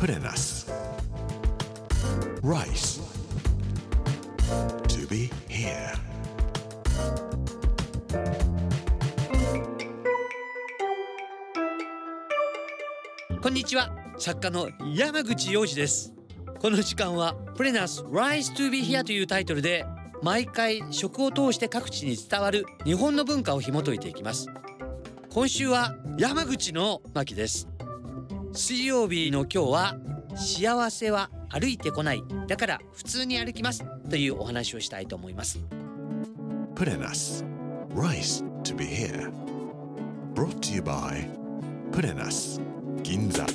プレナス Rice to be here。 こんにちは、作家の山口洋二です。この時間はプレナス Rise to be here というタイトルで毎回食を通して各地に伝わる日本の文化を紐解いていきます。今週は山口の巻です。水曜日の今日は幸せは歩いてこない、だから普通に歩きますというお話をしたいと思います。 プレナス Rice to be here Brought to you by プレナス銀座。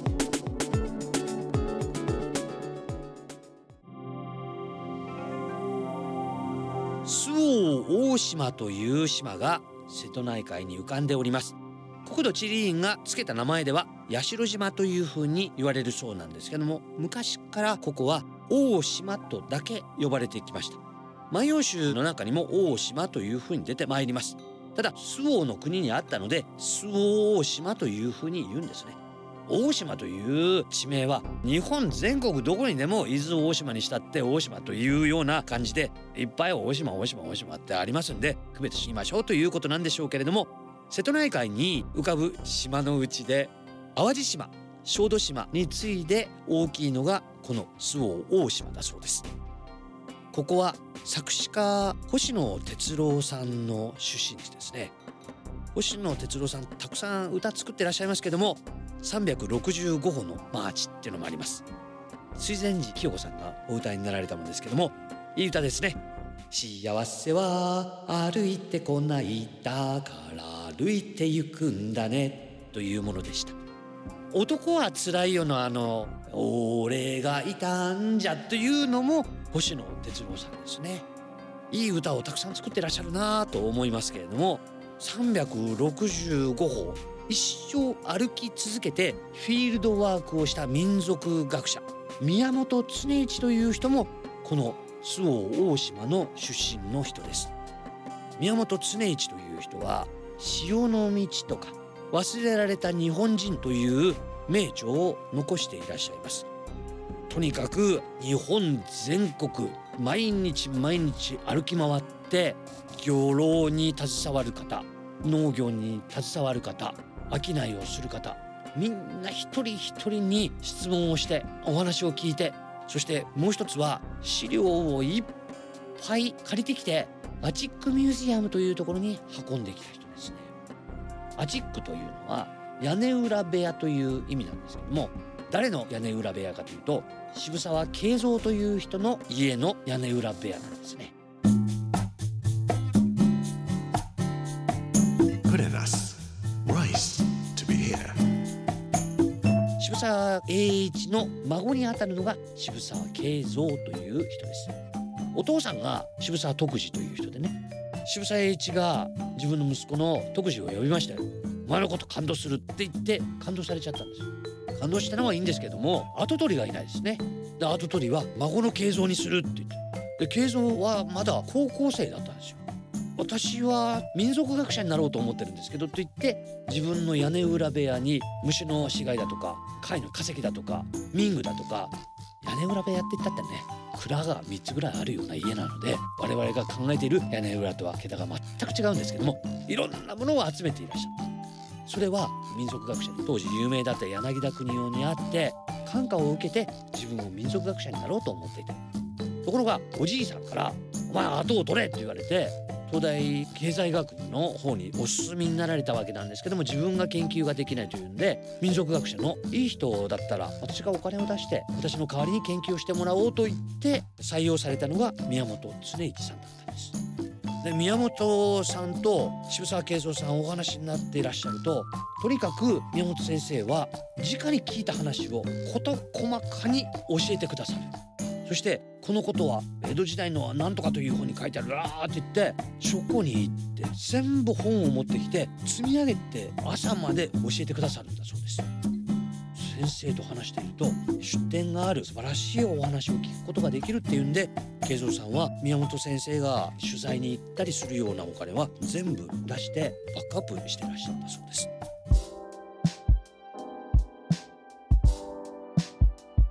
周防大島という島が瀬戸内海に浮かんでおります。国土地理院がつけた名前では八代島というふうに言われるそうなんですけども、昔からここは大島とだけ呼ばれてきました。万葉集の中にも大島というふうに出てまいります。ただ周防の国にあったので周防大島というふうに言うんですね。大島という地名は日本全国どこにでも伊豆大島にしたって大島というような感じでいっぱい大島ってありますんで、区別しましょうということなんでしょうけれども、瀬戸内海に浮かぶ島のうちで淡路島、小豆島に次いで大きいのがこの周防大島だそうです。ここは作詞家星野哲郎さんの出身地ですね。星野哲郎さんたくさん歌作ってらっしゃいますけども、365歩のマーチっていうのもあります。水前寺清子さんがお歌いになられたものですけども、いい歌ですね。幸せは歩いてこないだから歩いて行くんだねというものでした。男はつらいよの俺がいたんじゃというのも星野哲郎さんですね。いい歌をたくさん作ってらっしゃるなと思いますけれども、365歩一生歩き続けてフィールドワークをした民族学者宮本常一という人もこの周防大島の出身の人です。宮本常一という人は潮の道とか忘れられた日本人という名著を残していらっしゃいます。とにかく日本全国毎日歩き回って漁労に携わる方、農業に携わる方、商いをする方、みんな一人一人に質問をしてお話を聞いて、そしてもう一つは資料をいっぱい借りてきてアチックミュージアムというところに運んできた人ですね。アチックというのは屋根裏部屋という意味なんですけども、誰の屋根裏部屋かというと渋沢慶三という人の家の屋根裏部屋なんですね。 プレナス Rice to be here。 渋沢栄一の孫にあたるのが渋沢慶三という人です。お父さんが渋沢徳次という人でね、渋沢栄一が自分の息子の徳次を呼びましたよ。お前のこと感動するって言って感動されちゃったんです。感動したのはいいんですけども、跡取りがいないですね。で跡取りは孫の慶三にするって言って、で慶三はまだ高校生だったんですよ。私は民族学者になろうと思ってるんですけどと言って、自分の屋根裏部屋に虫の死骸だとか貝の化石だとか民具だとか、屋根裏部屋って言ったってね、蔵が3つぐらいあるような家なので、我々が考えている屋根裏とは桁が全く違うんですけども、いろんなものを集めていらっしゃる。それは民族学者で当時有名だった柳田国男に会って感化を受けて自分を民族学者になろうと思っていた。ところがおじいさんからお前後を取れって言われて、東大経済学部の方にお進みになられたわけなんですけども、自分が研究ができないというんで、民族学者のいい人だったら私がお金を出して私の代わりに研究をしてもらおうと言って採用されたのが宮本常一さんだったんです。で宮本さんと渋沢慶三さんお話になっていらっしゃると、とにかく宮本先生は直に聞いた話を事細かに教えてくださる。そしてこのことは江戸時代の何とかという本に書いてあるって言って書庫に行って全部本を持ってきて積み上げて朝まで教えてくださるんだそうです。先生と話していると出典がある素晴らしいお話を聞くことができるっていうんで、慶三さんは宮本先生が取材に行ったりするようなお金は全部出してバックアップしてらっしゃったそうです。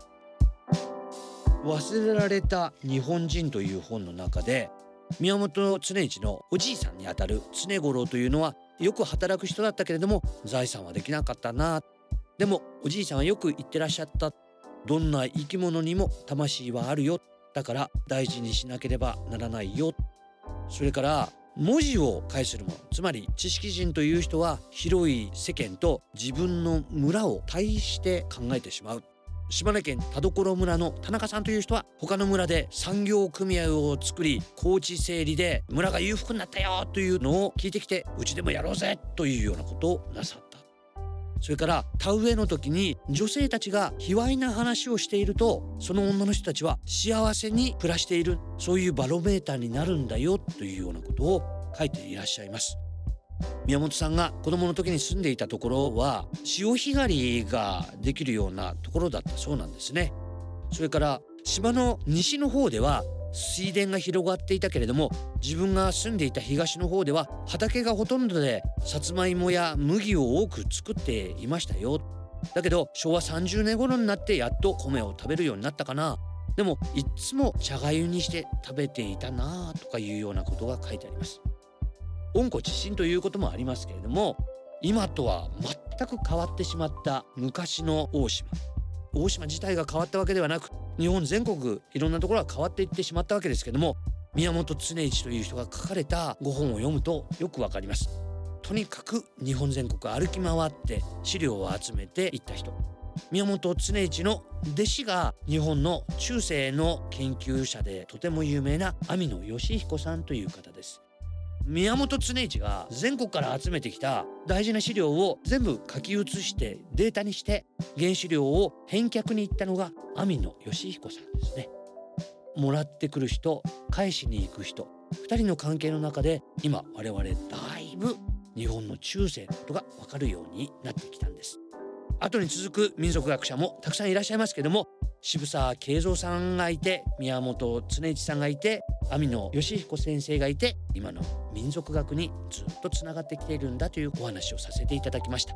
忘れられた日本人という本の中で、宮本常一のおじいさんにあたる常五郎というのはよく働く人だったけれども財産はできなかったな。でもおじいさんはよく言ってらっしゃった。どんな生き物にも魂はあるよ。だから大事にしなければならないよ。それから文字を介するもの、つまり知識人という人は広い世間と自分の村を対して考えてしまう。島根県田所村の田中さんという人は他の村で産業組合を作り高知整理で村が裕福になったよというのを聞いてきて、うちでもやろうぜというようなことをなさった。それから田植えの時に女性たちが卑猥な話をしていると、その女の人たちは幸せに暮らしている、そういうバロメーターになるんだよというようなことを書いていらっしゃいます。宮本さんが子供の時に住んでいたところは潮干狩りができるようなところだったそうなんですね。それから島の西の方では水田が広がっていたけれども、自分が住んでいた東の方では畑がほとんどでさつまいもや麦を多く作っていましたよ。だけど昭和30年頃になってやっと米を食べるようになったかな。でもいつも茶がゆにして食べていたなとかいうようなことが書いてあります。温故知新ということもありますけれども、今とは全く変わってしまった昔の大島自体が変わったわけではなく、日本全国いろんなところが変わっていってしまったわけですけども、宮本常一という人が書かれたご本を読むとよくわかります。とにかく日本全国歩き回って資料を集めていった人。宮本常一の弟子が日本の中世の研究者でとても有名な網野義彦さんという方です。宮本常一が全国から集めてきた大事な資料を全部書き写してデータにして原資料を返却に行ったのが網野義彦さんですね。もらってくる人、返しに行く人、2人の関係の中で今我々だいぶ日本の中世のことが分かるようになってきたんです。後に続く民族学者もたくさんいらっしゃいますけども、渋沢慶三さんがいて、宮本常一さんがいて、網野義彦先生がいて、今の民族学にずっとつながってきているんだというお話をさせていただきました。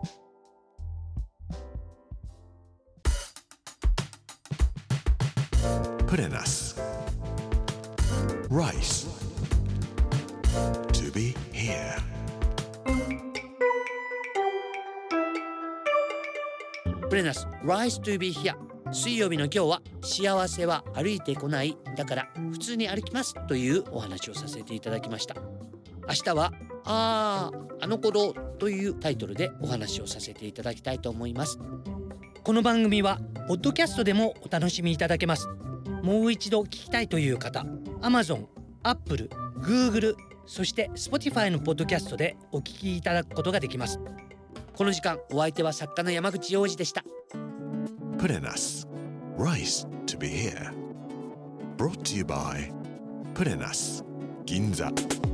Put in us rice to be here. Put in us rice to be here。水曜日の今日は幸せは歩いてこないだから普通に歩きますというお話をさせていただきました。明日はあの頃というタイトルでお話をさせていただきたいと思います。この番組はポッドキャストでもお楽しみいただけます。もう一度聞きたいという方、 Amazon、Apple、Google、そして Spotify のポッドキャストでお聞きいただくことができます。この時間お相手は作家の山口洋二でした。 Put in us rice to be here. Brought to you by Put in us Ginza.